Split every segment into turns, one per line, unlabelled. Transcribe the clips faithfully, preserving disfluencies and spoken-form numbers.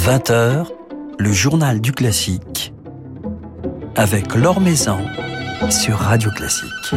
vingt heures, le journal du classique avec Laure Maison sur Radio Classique.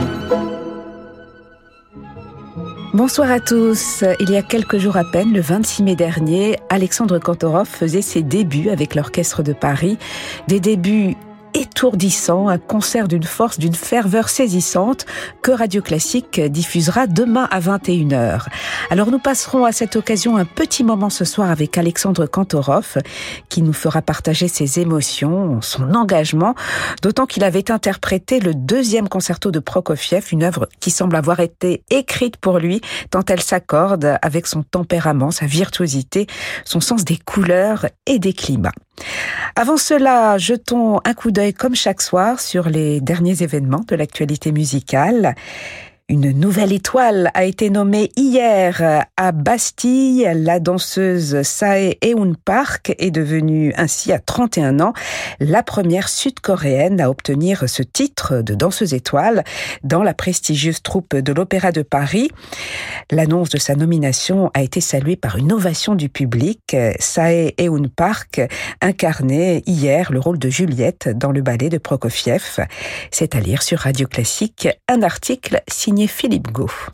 Bonsoir à tous. Il y a quelques jours à peine, le vingt-six mai dernier, Alexandre Kantorov faisait ses débuts avec l'Orchestre de Paris. Des débuts étourdissant, un concert d'une force, d'une ferveur saisissante que Radio Classique diffusera demain à vingt et une heures. Alors nous passerons à cette occasion un petit moment ce soir avec Alexandre Kantorov qui nous fera partager ses émotions, son engagement, d'autant qu'il avait interprété le deuxième concerto de Prokofiev, une œuvre qui semble avoir été écrite pour lui tant elle s'accorde avec son tempérament, sa virtuosité, son sens des couleurs et des climats. Avant cela, jetons un coup d'œil comme chaque soir sur les derniers événements de l'actualité musicale. Une nouvelle étoile a été nommée hier à Bastille. La danseuse Sae Eun Park est devenue ainsi à trente et un ans la première sud-coréenne à obtenir ce titre de danseuse étoile dans la prestigieuse troupe de l'Opéra de Paris. L'annonce de sa nomination a été saluée par une ovation du public. Sae Eun Park incarnait hier le rôle de Juliette dans le ballet de Prokofiev. C'est à lire sur Radio Classique, un article signé Philippe Gau.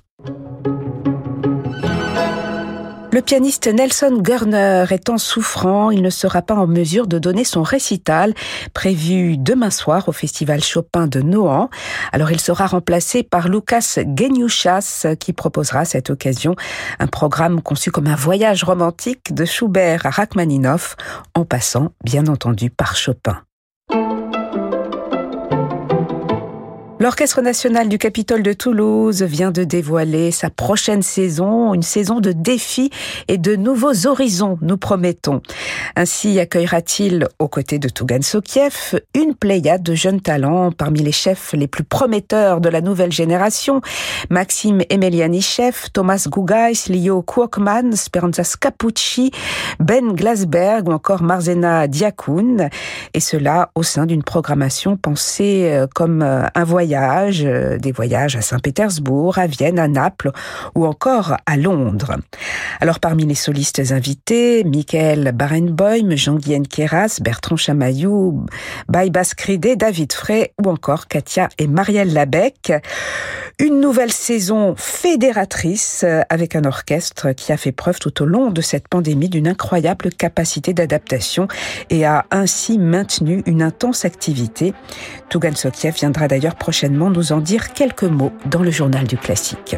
Le pianiste Nelson Gurner étant souffrant, il ne sera pas en mesure de donner son récital prévu demain soir au Festival Chopin de Nohant. Alors il sera remplacé par Łukasz Geniuszas qui proposera à cette occasion un programme conçu comme un voyage romantique de Schubert à Rachmaninoff, en passant bien entendu par Chopin. L'Orchestre national du Capitole de Toulouse vient de dévoiler sa prochaine saison, une saison de défis et de nouveaux horizons, nous promettons. Ainsi accueillera-t-il, aux côtés de Tougan Sokiev, une pléiade de jeunes talents parmi les chefs les plus prometteurs de la nouvelle génération. Maxime Emelianichev, Thomas Gugaïs, Leo Kwokman, Speranza Scapucci, Ben Glasberg ou encore Marzena Diakoun. Et cela au sein d'une programmation pensée comme un voyage des voyages à Saint-Pétersbourg, à Vienne, à Naples ou encore à Londres. Alors parmi les solistes invités, Michael Barenboim, Jean-Guyen Queyras, Bertrand Chamaillou, Baïbas Cridé, David Frey ou encore Katia et Marielle Labec. Une nouvelle saison fédératrice avec un orchestre qui a fait preuve tout au long de cette pandémie d'une incroyable capacité d'adaptation et a ainsi maintenu une intense activité. Tougan Sokiev viendra d'ailleurs prochainement nous en dire quelques mots dans le journal du classique.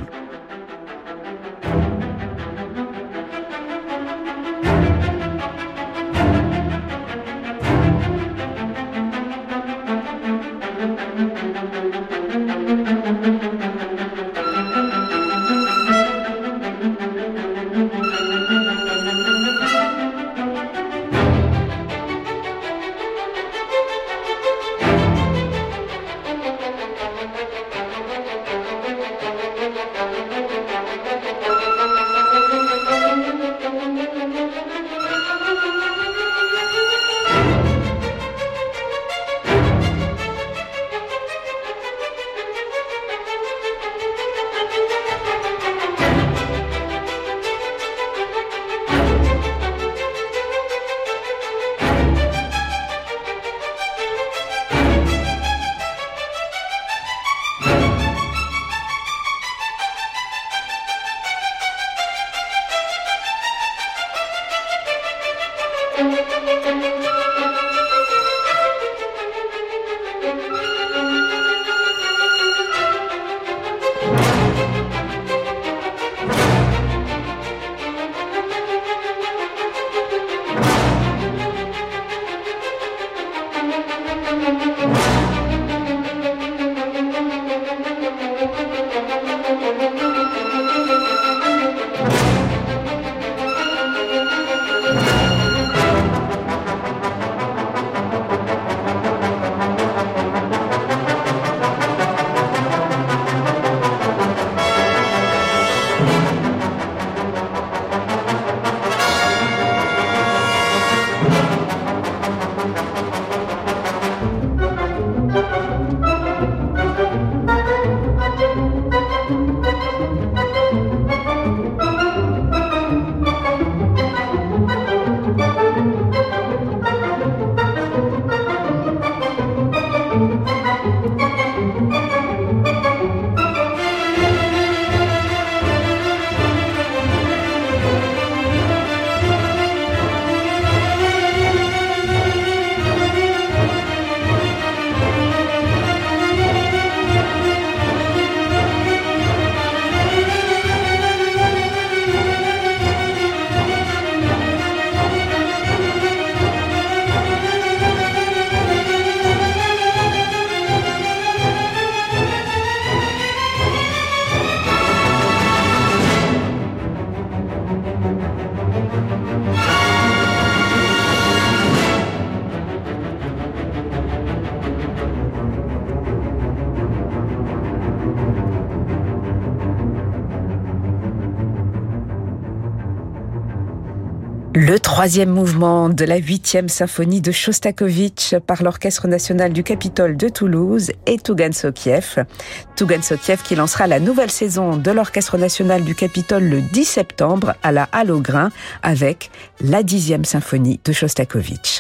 Le troisième mouvement de la huitième symphonie de Chostakovitch par l'Orchestre national du Capitole de Toulouse et Tougan Sokiev. Tougan Sokiev qui lancera la nouvelle saison de l'Orchestre national du Capitole le dix septembre à la Halle aux Grains avec la dixième symphonie de Chostakovitch.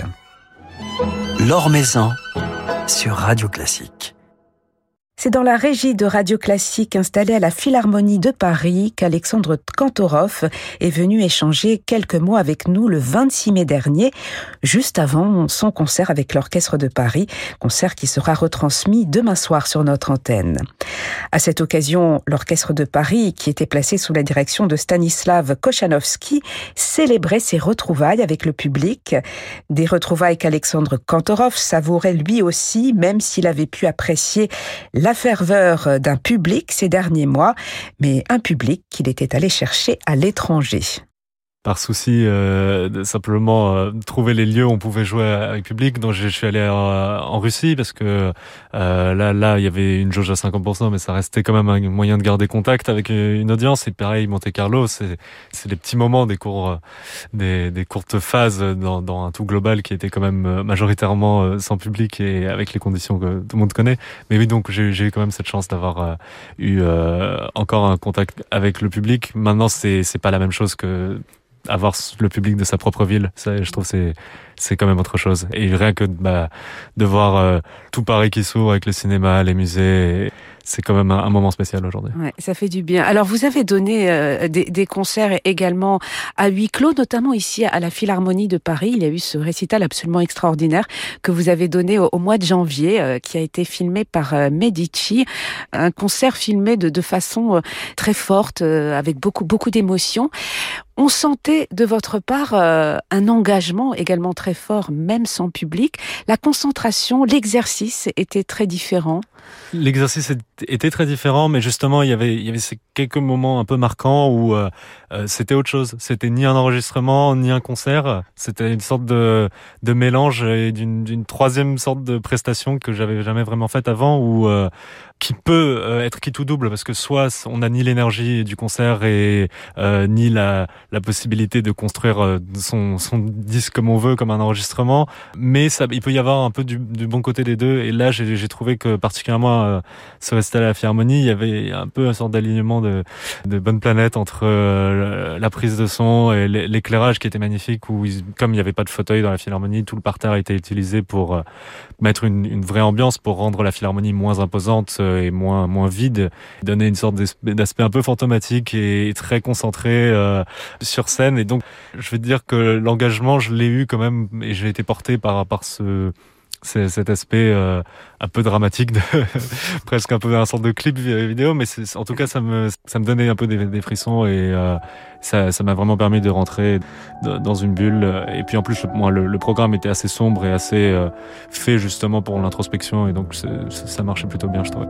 Laure Maison sur Radio Classique.
C'est dans la régie de Radio Classique installée à la Philharmonie de Paris qu'Alexandre Kantorov est venu échanger quelques mots avec nous le vingt-six mai dernier, juste avant son concert avec l'Orchestre de Paris, concert qui sera retransmis demain soir sur notre antenne. À cette occasion, l'Orchestre de Paris, qui était placé sous la direction de Stanislav Kochanowski, célébrait ses retrouvailles avec le public. Des retrouvailles qu'Alexandre Kantorov savourait lui aussi, même s'il avait pu apprécier la ferveur d'un public ces derniers mois, mais un public qu'il était allé chercher à l'étranger.
Par souci euh, de simplement euh, trouver les lieux où on pouvait jouer avec public. Donc je suis allé en, en Russie parce que euh, là, là, il y avait une jauge à cinquante pour cent, mais ça restait quand même un moyen de garder contact avec une audience. Et pareil, Monte Carlo, c'est, c'est des petits moments, des courts, des, des courtes phases dans, dans un tout global qui était quand même majoritairement sans public et avec les conditions que tout le monde connaît. Mais oui, donc j'ai, j'ai eu quand même cette chance d'avoir euh, eu euh, encore un contact avec le public. Maintenant, c'est, c'est pas la même chose que avoir le public de sa propre ville. Ça, je trouve c'est c'est quand même autre chose. Et rien que bah, de voir euh, tout Paris qui s'ouvre avec le cinéma, les musées, c'est quand même un, un moment spécial aujourd'hui.
Ouais, ça fait du bien. Alors vous avez donné euh, des, des concerts également à huis clos, notamment ici à la Philharmonie de Paris. Il y a eu ce récital absolument extraordinaire que vous avez donné au, au mois de janvier, euh, qui a été filmé par euh, Medici. Un concert filmé de, de façon euh, très forte, euh, avec beaucoup beaucoup d'émotions. On sentait de votre part euh, un engagement également très fort, même sans public. La concentration, l'exercice était très différent.
L'exercice était très différent, mais justement, il y avait, il y avait ces quelques moments un peu marquants où euh, euh, c'était autre chose. C'était ni un enregistrement, ni un concert. C'était une sorte de, de mélange et d'une, d'une troisième sorte de prestation que j'avais jamais vraiment faite avant, où euh, qui peut euh, être qui tout double, parce que soit on n'a ni l'énergie du concert et euh, ni la, la possibilité de construire euh, son, son disque comme on veut, comme un enregistrement, mais ça, il peut y avoir un peu du, du bon côté des deux. Et là, j'ai, j'ai trouvé que particulièrement euh, ce récital à la Philharmonie, il y avait un peu une sorte d'alignement de, de bonne planète entre euh, la prise de son et l'éclairage qui était magnifique, où ils, comme il n'y avait pas de fauteuil dans la Philharmonie, tout le parterre a été utilisé pour euh, mettre une, une vraie ambiance, pour rendre la Philharmonie moins imposante et moins moins vide, donner une sorte d'aspect un peu fantomatique et très concentré euh, sur scène. Et donc, je veux dire que l'engagement, je l'ai eu quand même, et j'ai été porté par par ce c'est cet aspect euh, un peu dramatique, de presque un peu un sorte de clip vidéo, mais c'est, en tout cas ça me ça me donnait un peu des, des frissons, et euh, ça ça m'a vraiment permis de rentrer dans une bulle. Et puis en plus, moi, le, le programme était assez sombre et assez euh, fait justement pour l'introspection, et donc ça marchait plutôt bien, je trouvais.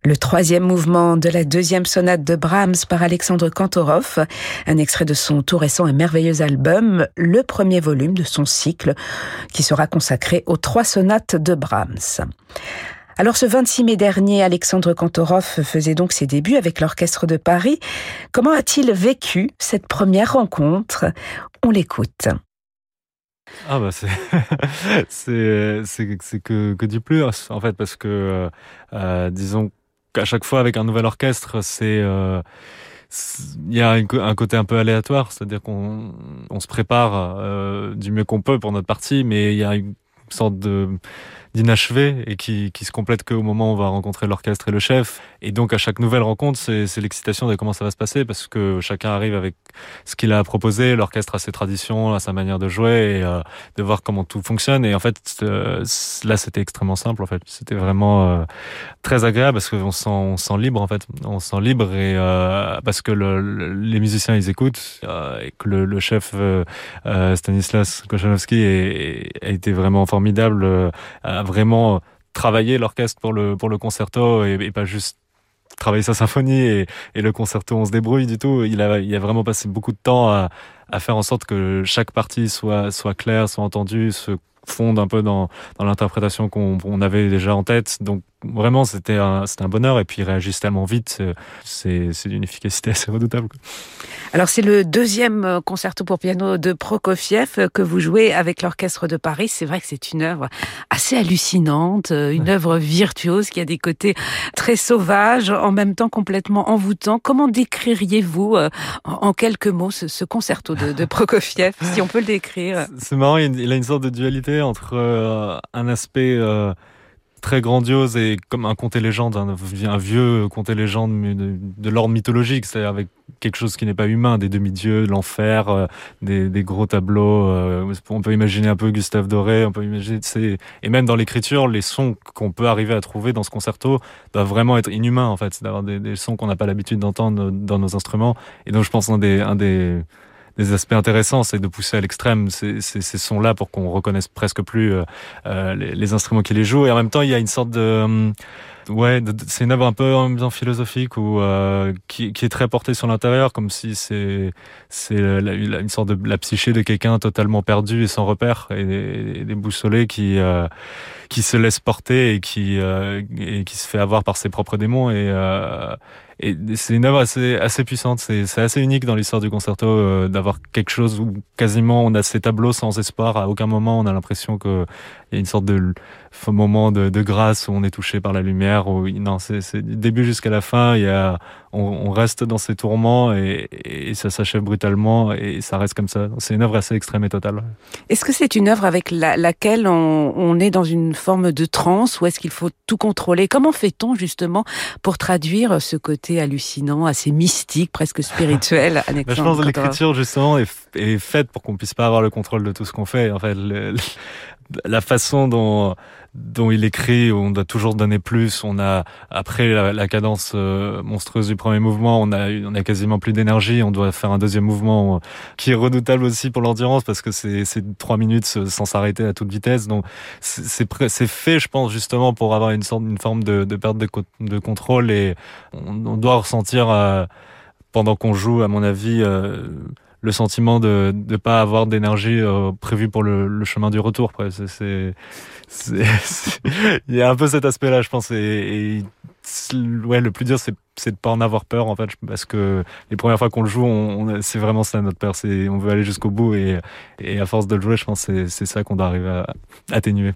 Le troisième mouvement de la deuxième sonate de Brahms par Alexandre Kantorov, un extrait de son tout récent et merveilleux album, le premier volume de son cycle, qui sera consacré aux trois sonates de Brahms. Alors ce vingt-six mai dernier, Alexandre Kantorov faisait donc ses débuts avec l'Orchestre de Paris. Comment a-t-il vécu cette première rencontre ? On l'écoute.
Ah bah c'est c'est c'est c'est que que du plus en fait, parce que euh, disons qu'à chaque fois avec un nouvel orchestre, c'est euh, il y a un côté un peu aléatoire, c'est-à-dire qu'on on se prépare euh, du mieux qu'on peut pour notre partie, mais il y a une sorte de d'inachevé et qui qui se complète qu'au moment où on va rencontrer l'orchestre et le chef. Et donc à chaque nouvelle rencontre, c'est c'est l'excitation de comment ça va se passer, parce que chacun arrive avec ce qu'il a à proposer, l'orchestre a ses traditions, a sa manière de jouer, et euh, de voir comment tout fonctionne. Et en fait euh, là c'était extrêmement simple en fait, c'était vraiment euh, très agréable, parce qu'on se sent on se sent libre en fait, on se sent libre et euh, parce que le, le, les musiciens ils écoutent euh, et que le, le chef euh, euh, Stanislas Kochanowski a été vraiment formidable, euh, a vraiment travaillé l'orchestre pour le pour le concerto et, et pas juste travailler sa symphonie et, et le concerto on se débrouille du tout. Il a il a vraiment passé beaucoup de temps à à faire en sorte que chaque partie soit soit claire, soit entendue, se fonde un peu dans dans l'interprétation qu'on on avait déjà en tête. Donc vraiment c'était un c'était un bonheur, et puis ils réagissent tellement vite, c'est c'est d'une efficacité assez redoutable.
Alors c'est le deuxième concerto pour piano de Prokofiev que vous jouez avec l'Orchestre de Paris. C'est vrai que c'est une œuvre assez hallucinante, une œuvre virtuose qui a des côtés très sauvages, en même temps complètement envoûtants. Comment décririez-vous en quelques mots ce, ce concerto de, de Prokofiev, si on peut le décrire?
C'est marrant, il a une sorte de dualité entre euh, un aspect euh, très grandiose et comme un conte et légende, un, un vieux conte et légende de, de l'ordre mythologique, c'est-à-dire avec quelque chose qui n'est pas humain, des demi-dieux, l'enfer, euh, des, des gros tableaux. Euh, on peut imaginer un peu Gustave Doré, on peut imaginer, c'est, et même dans l'écriture, les sons qu'on peut arriver à trouver dans ce concerto doivent vraiment être inhumains en fait, c'est d'avoir des, des sons qu'on n'a pas l'habitude d'entendre dans nos instruments. Et donc je pense un des, un des des aspects intéressants, c'est de pousser à l'extrême ces, ces, ces sons-là pour qu'on reconnaisse presque plus euh, euh, les, les instruments qui les jouent. Et en même temps, il y a une sorte de... Euh, ouais, de, c'est une œuvre un peu en même temps philosophique, ou euh, qui, qui est très portée sur l'intérieur, comme si c'est c'est la, la, une sorte de la psyché de quelqu'un totalement perdu et sans repère, et des, des boussolés qui euh, qui se laisse porter et qui euh, et qui se fait avoir par ses propres démons. Et euh, Et c'est une œuvre assez, assez puissante. C'est, c'est assez unique dans l'histoire du concerto euh, d'avoir quelque chose où quasiment on a ces tableaux sans espoir. À aucun moment on a l'impression qu'il y a une sorte de moment de, de grâce où on est touché par la lumière. Où, non, c'est, c'est du début jusqu'à la fin. Il y a, on, on reste dans ces tourments et, et ça s'achève brutalement et ça reste comme ça. C'est une œuvre assez extrême et totale.
Est-ce que c'est une œuvre avec la, laquelle on, on est dans une forme de transe, ou est-ce qu'il faut tout contrôler? Comment fait-on justement pour traduire ce côté hallucinant, assez mystique, presque spirituel, Alexandre
bah, je pense que l'écriture justement est, est faite pour qu'on puisse pas avoir le contrôle de tout ce qu'on fait. En fait, le, le, la façon dont dont il écrit, on doit toujours donner plus. On a après la, la cadence euh, monstrueuse du premier mouvement, on a on a quasiment plus d'énergie. On doit faire un deuxième mouvement euh, qui est redoutable aussi pour l'endurance, parce que c'est c'est trois minutes sans s'arrêter à toute vitesse. Donc c'est c'est, c'est fait, je pense, justement pour avoir une sorte une forme de, de perte de, de contrôle, et on, on doit ressentir euh, pendant qu'on joue, à mon avis, euh, le sentiment de de pas avoir d'énergie euh, prévue pour le, le chemin du retour. Après, c'est, c'est, c'est, c'est il y a un peu cet aspect-là, je pense. Et, et ouais, le plus dur, c'est c'est de pas en avoir peur en fait, parce que les premières fois qu'on le joue, on, on c'est vraiment ça notre peur, c'est on veut aller jusqu'au bout, et et à force de le jouer, je pense que c'est c'est ça qu'on doit arriver à atténuer.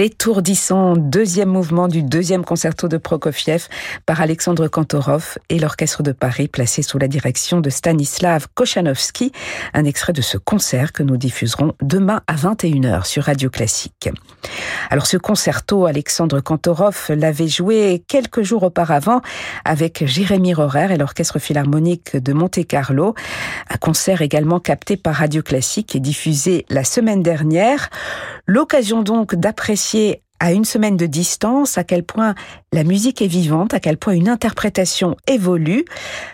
L'étourdissant deuxième mouvement du deuxième concerto de Prokofiev par Alexandre Kantorov et l'Orchestre de Paris placé sous la direction de Stanislav Kochanowski. Un extrait de ce concert que nous diffuserons demain à vingt et une heures sur Radio Classique. Alors ce concerto, Alexandre Kantorov l'avait joué quelques jours auparavant avec Jérémy Rorer et l'Orchestre Philharmonique de Monte-Carlo. Un concert également capté par Radio Classique et diffusé la semaine dernière. L'occasion donc d'apprécier à une semaine de distance à quel point la musique est vivante, à quel point une interprétation évolue.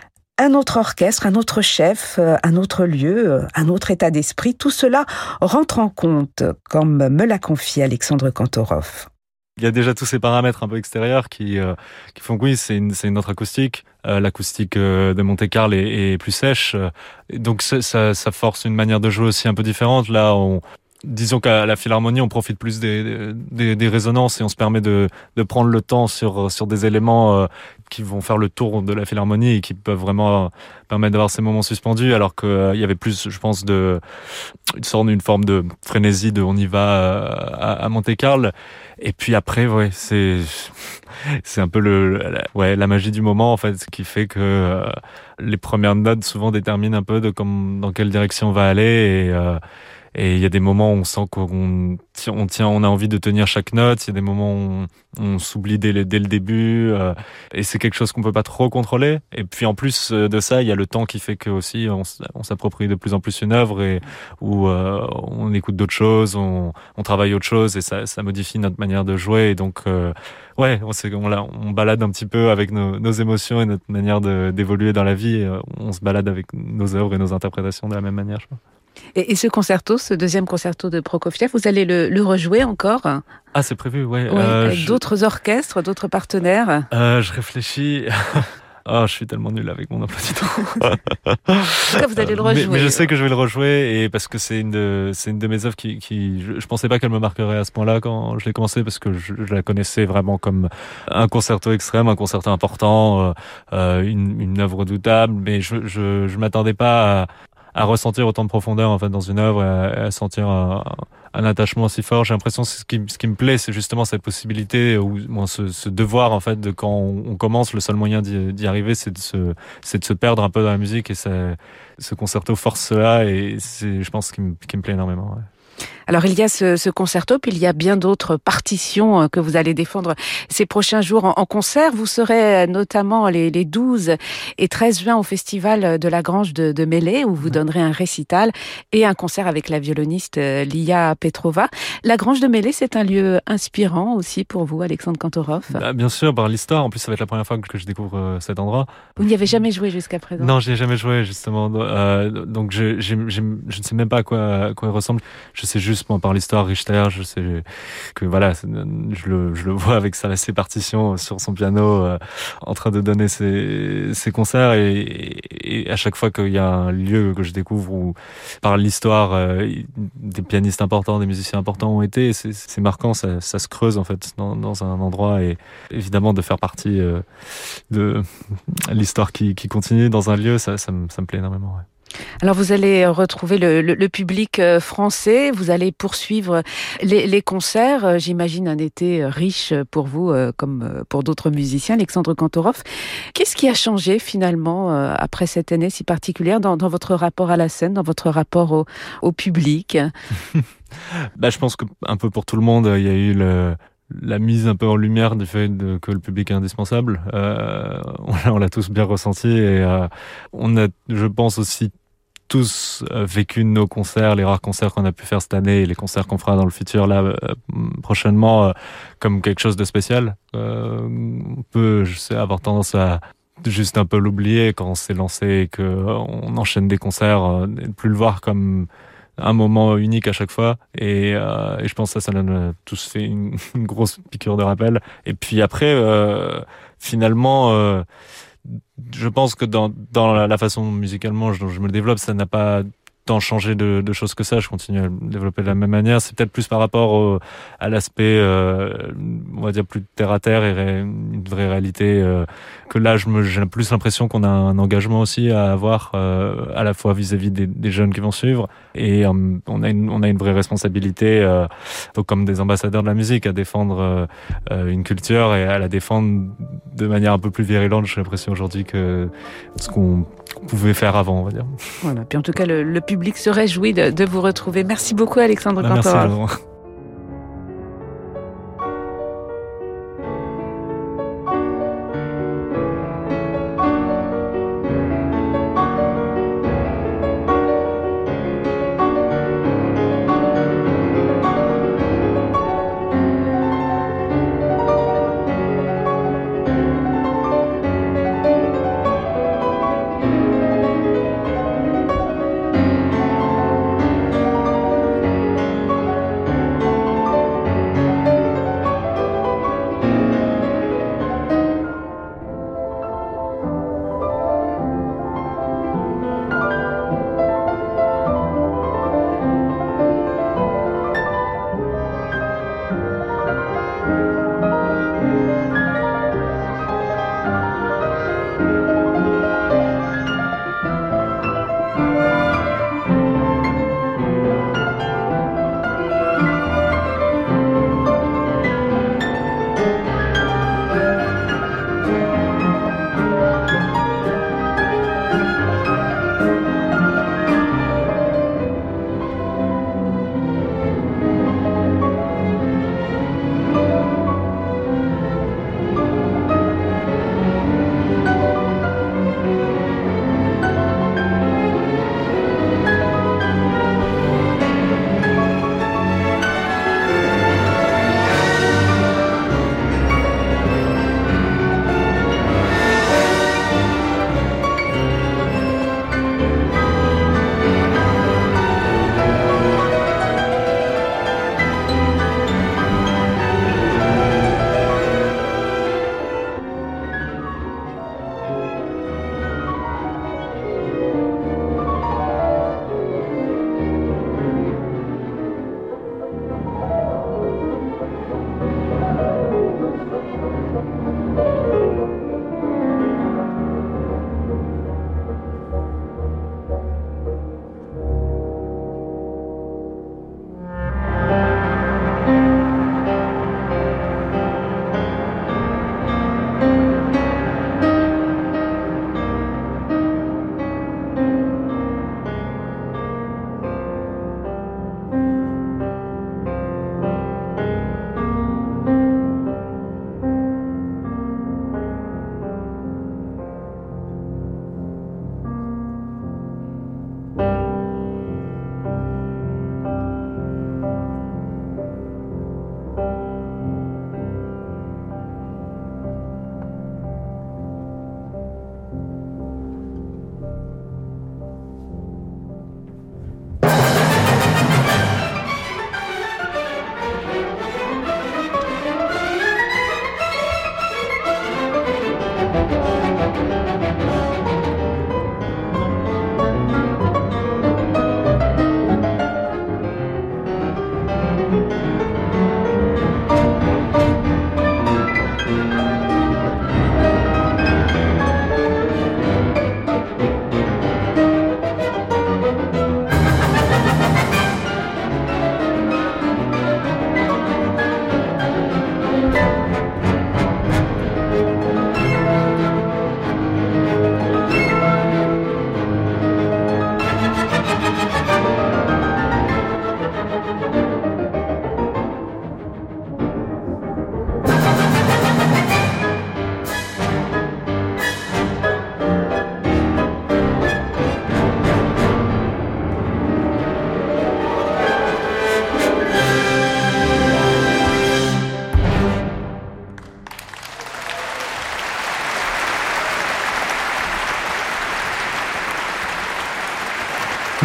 Un autre orchestre, un autre chef, un autre lieu, un autre état d'esprit, tout cela rentre en compte, comme me l'a confié Alexandre Kantorov.
Il y a déjà tous ces paramètres un peu extérieurs qui, euh, qui font que oui, c'est une, c'est une autre acoustique. Euh, l'acoustique euh, de Monte-Carlo est, est plus sèche. Et donc ça, ça force une manière de jouer aussi un peu différente. Là, on... Disons qu'à la Philharmonie, on profite plus des, des, des résonances et on se permet de, de prendre le temps sur, sur des éléments euh, qui vont faire le tour de la Philharmonie et qui peuvent vraiment permettre d'avoir ces moments suspendus, alors qu'il euh, y avait plus, je pense, de, une sorte, une forme de frénésie de on y va euh, à, à Monte-Carlo. Et puis après, ouais, c'est, c'est un peu le, la, ouais, la magie du moment, en fait, qui fait que euh, les premières notes souvent déterminent un peu de comme, dans quelle direction on va aller et, euh, Et il y a des moments où on sent qu'on on tient, on a envie de tenir chaque note. Il y a des moments où on, on s'oublie dès le, dès le début. Euh, et c'est quelque chose qu'on peut pas trop contrôler. Et puis en plus de ça, il y a le temps qui fait que aussi on, on s'approprie de plus en plus une œuvre et où euh, on écoute d'autres choses, on, on travaille autre chose et ça, ça modifie notre manière de jouer. Et donc euh, ouais, on, on, on balade un petit peu avec nos, nos émotions et notre manière de, d'évoluer dans la vie. Et on se balade avec nos œuvres et nos interprétations de la même manière, je crois.
Et, et ce concerto, ce deuxième concerto de Prokofiev, vous allez le, le rejouer encore ?
Ah, c'est prévu, ouais.
ouais
euh,
avec
je...
d'autres orchestres, d'autres partenaires.
Euh, je réfléchis. Oh, je suis tellement nul avec mon emploi du temps.
En tout cas, vous allez le rejouer.
Mais, mais je sais que je vais le rejouer et parce que c'est une de, c'est une de mes œuvres qui, qui je, je pensais pas qu'elle me marquerait à ce point-là quand je l'ai commencé parce que je, je la connaissais vraiment comme un concerto extrême, un concerto important, euh, une, une œuvre redoutable, mais je, je, je m'attendais pas à, à ressentir autant de profondeur en fait dans une œuvre, et à, à sentir un, un attachement si fort. J'ai l'impression que ce qui, ce qui me plaît, c'est justement cette possibilité ou bon, ce, ce devoir en fait de quand on, on commence, le seul moyen d'y, d'y arriver, c'est de se, c'est de se perdre un peu dans la musique et ça, ce concerto force cela et c'est, je pense, ce qui me, qui me plaît énormément. Ouais.
Alors il y a ce, ce concerto, puis il y a bien d'autres partitions que vous allez défendre ces prochains jours en, en concert. Vous serez notamment les, les douze et treize juin au Festival de la Grange de, de Mélé, où vous donnerez un récital et un concert avec la violoniste Lia Petrova. La Grange de Mélé, c'est un lieu inspirant aussi pour vous, Alexandre Kantorov.
Bah, bien sûr, par l'histoire. En plus, ça va être la première fois que je découvre euh, cet endroit.
Vous n'y avez jamais joué jusqu'à présent ?
Non, je n'y ai jamais joué, justement. Euh, donc je, j'ai, j'ai, je ne sais même pas à quoi, à quoi il ressemble. Je sais juste moi, par l'histoire, Richter, je sais que voilà, je le, je le vois avec sa, ses partitions sur son piano, euh, en train de donner ses, ses concerts, et, et, et à chaque fois qu'il y a un lieu que je découvre où, par l'histoire, euh, des pianistes importants, des musiciens importants ont été, c'est, c'est marquant, ça, ça se creuse en fait dans, dans un endroit, et évidemment de faire partie euh, de l'histoire qui, qui continue dans un lieu, ça, ça, me, ça me plaît énormément. Ouais.
Alors vous allez retrouver le, le, le public français, vous allez poursuivre les, les concerts, j'imagine un été riche pour vous comme pour d'autres musiciens, Alexandre Kantorov. Qu'est-ce qui a changé finalement après cette année si particulière dans, dans votre rapport à la scène, dans votre rapport au, au public ?
Bah, je pense que un peu pour tout le monde, il y a eu le... la mise un peu en lumière du fait de, que le public est indispensable. Euh, on, on l'a tous bien ressenti et euh, on a, je pense aussi, tous euh, vécu nos concerts, les rares concerts qu'on a pu faire cette année et les concerts qu'on fera dans le futur là euh, prochainement euh, comme quelque chose de spécial. Euh, on peut, je sais, avoir tendance à juste un peu l'oublier quand on s'est lancé et qu'on enchaîne des concerts, euh, et ne plus le voir comme un moment unique à chaque fois et, euh, et je pense que ça, ça nous a tous fait une, une grosse piqûre de rappel. Et puis après, euh, finalement, euh, je pense que dans, dans la façon musicalement dont je me le développe, ça n'a pas tant changé de, de choses que ça. Je continue à le développer de la même manière. C'est peut-être plus par rapport au, à l'aspect, euh, on va dire, plus terre à terre et ré, une vraie réalité. Euh, que là, je me, j'ai plus l'impression qu'on a un engagement aussi à avoir, euh, à la fois vis-à-vis des, des jeunes qui vont suivre, et euh, on a une, on a une vraie responsabilité, euh, donc comme des ambassadeurs de la musique, à défendre euh, une culture et à la défendre de manière un peu plus virulente. J'ai l'impression aujourd'hui que ce qu'on pouvait faire avant, on va dire.
Voilà. Puis en tout cas, le, le public se réjouit de, de vous retrouver. Merci beaucoup, Alexandre
Bah,
Kantorov.
merci, Laurent.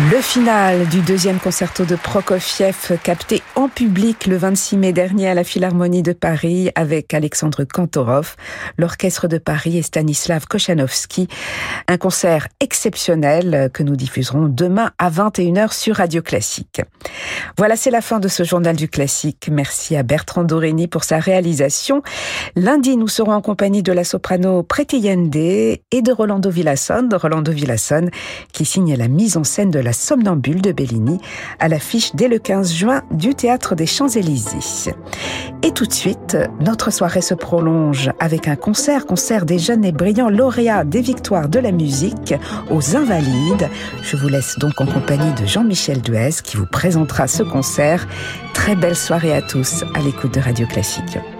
Le final du deuxième concerto de Prokofiev, capté en public le vingt-six mai dernier à la Philharmonie de Paris avec Alexandre Kantorov, l'Orchestre de Paris et Stanislav Kochanowski. Un concert exceptionnel que nous diffuserons demain à vingt et une heures sur Radio Classique. Voilà, c'est la fin de ce journal du classique. Merci à Bertrand Doreni pour sa réalisation. Lundi, nous serons en compagnie de la soprano Preti Yende et de Rolando Villazón, Rolando Villazón qui signe la mise en scène de La Somnambule de Bellini à l'affiche dès le quinze juin du Théâtre des Champs-Élysées. Et tout de suite, notre soirée se prolonge avec un concert, concert des jeunes et brillants lauréats des victoires de la musique aux Invalides. Je vous laisse donc en compagnie de Jean-Michel Duez qui vous présentera ce concert. Très belle soirée à tous à l'écoute de Radio Classique.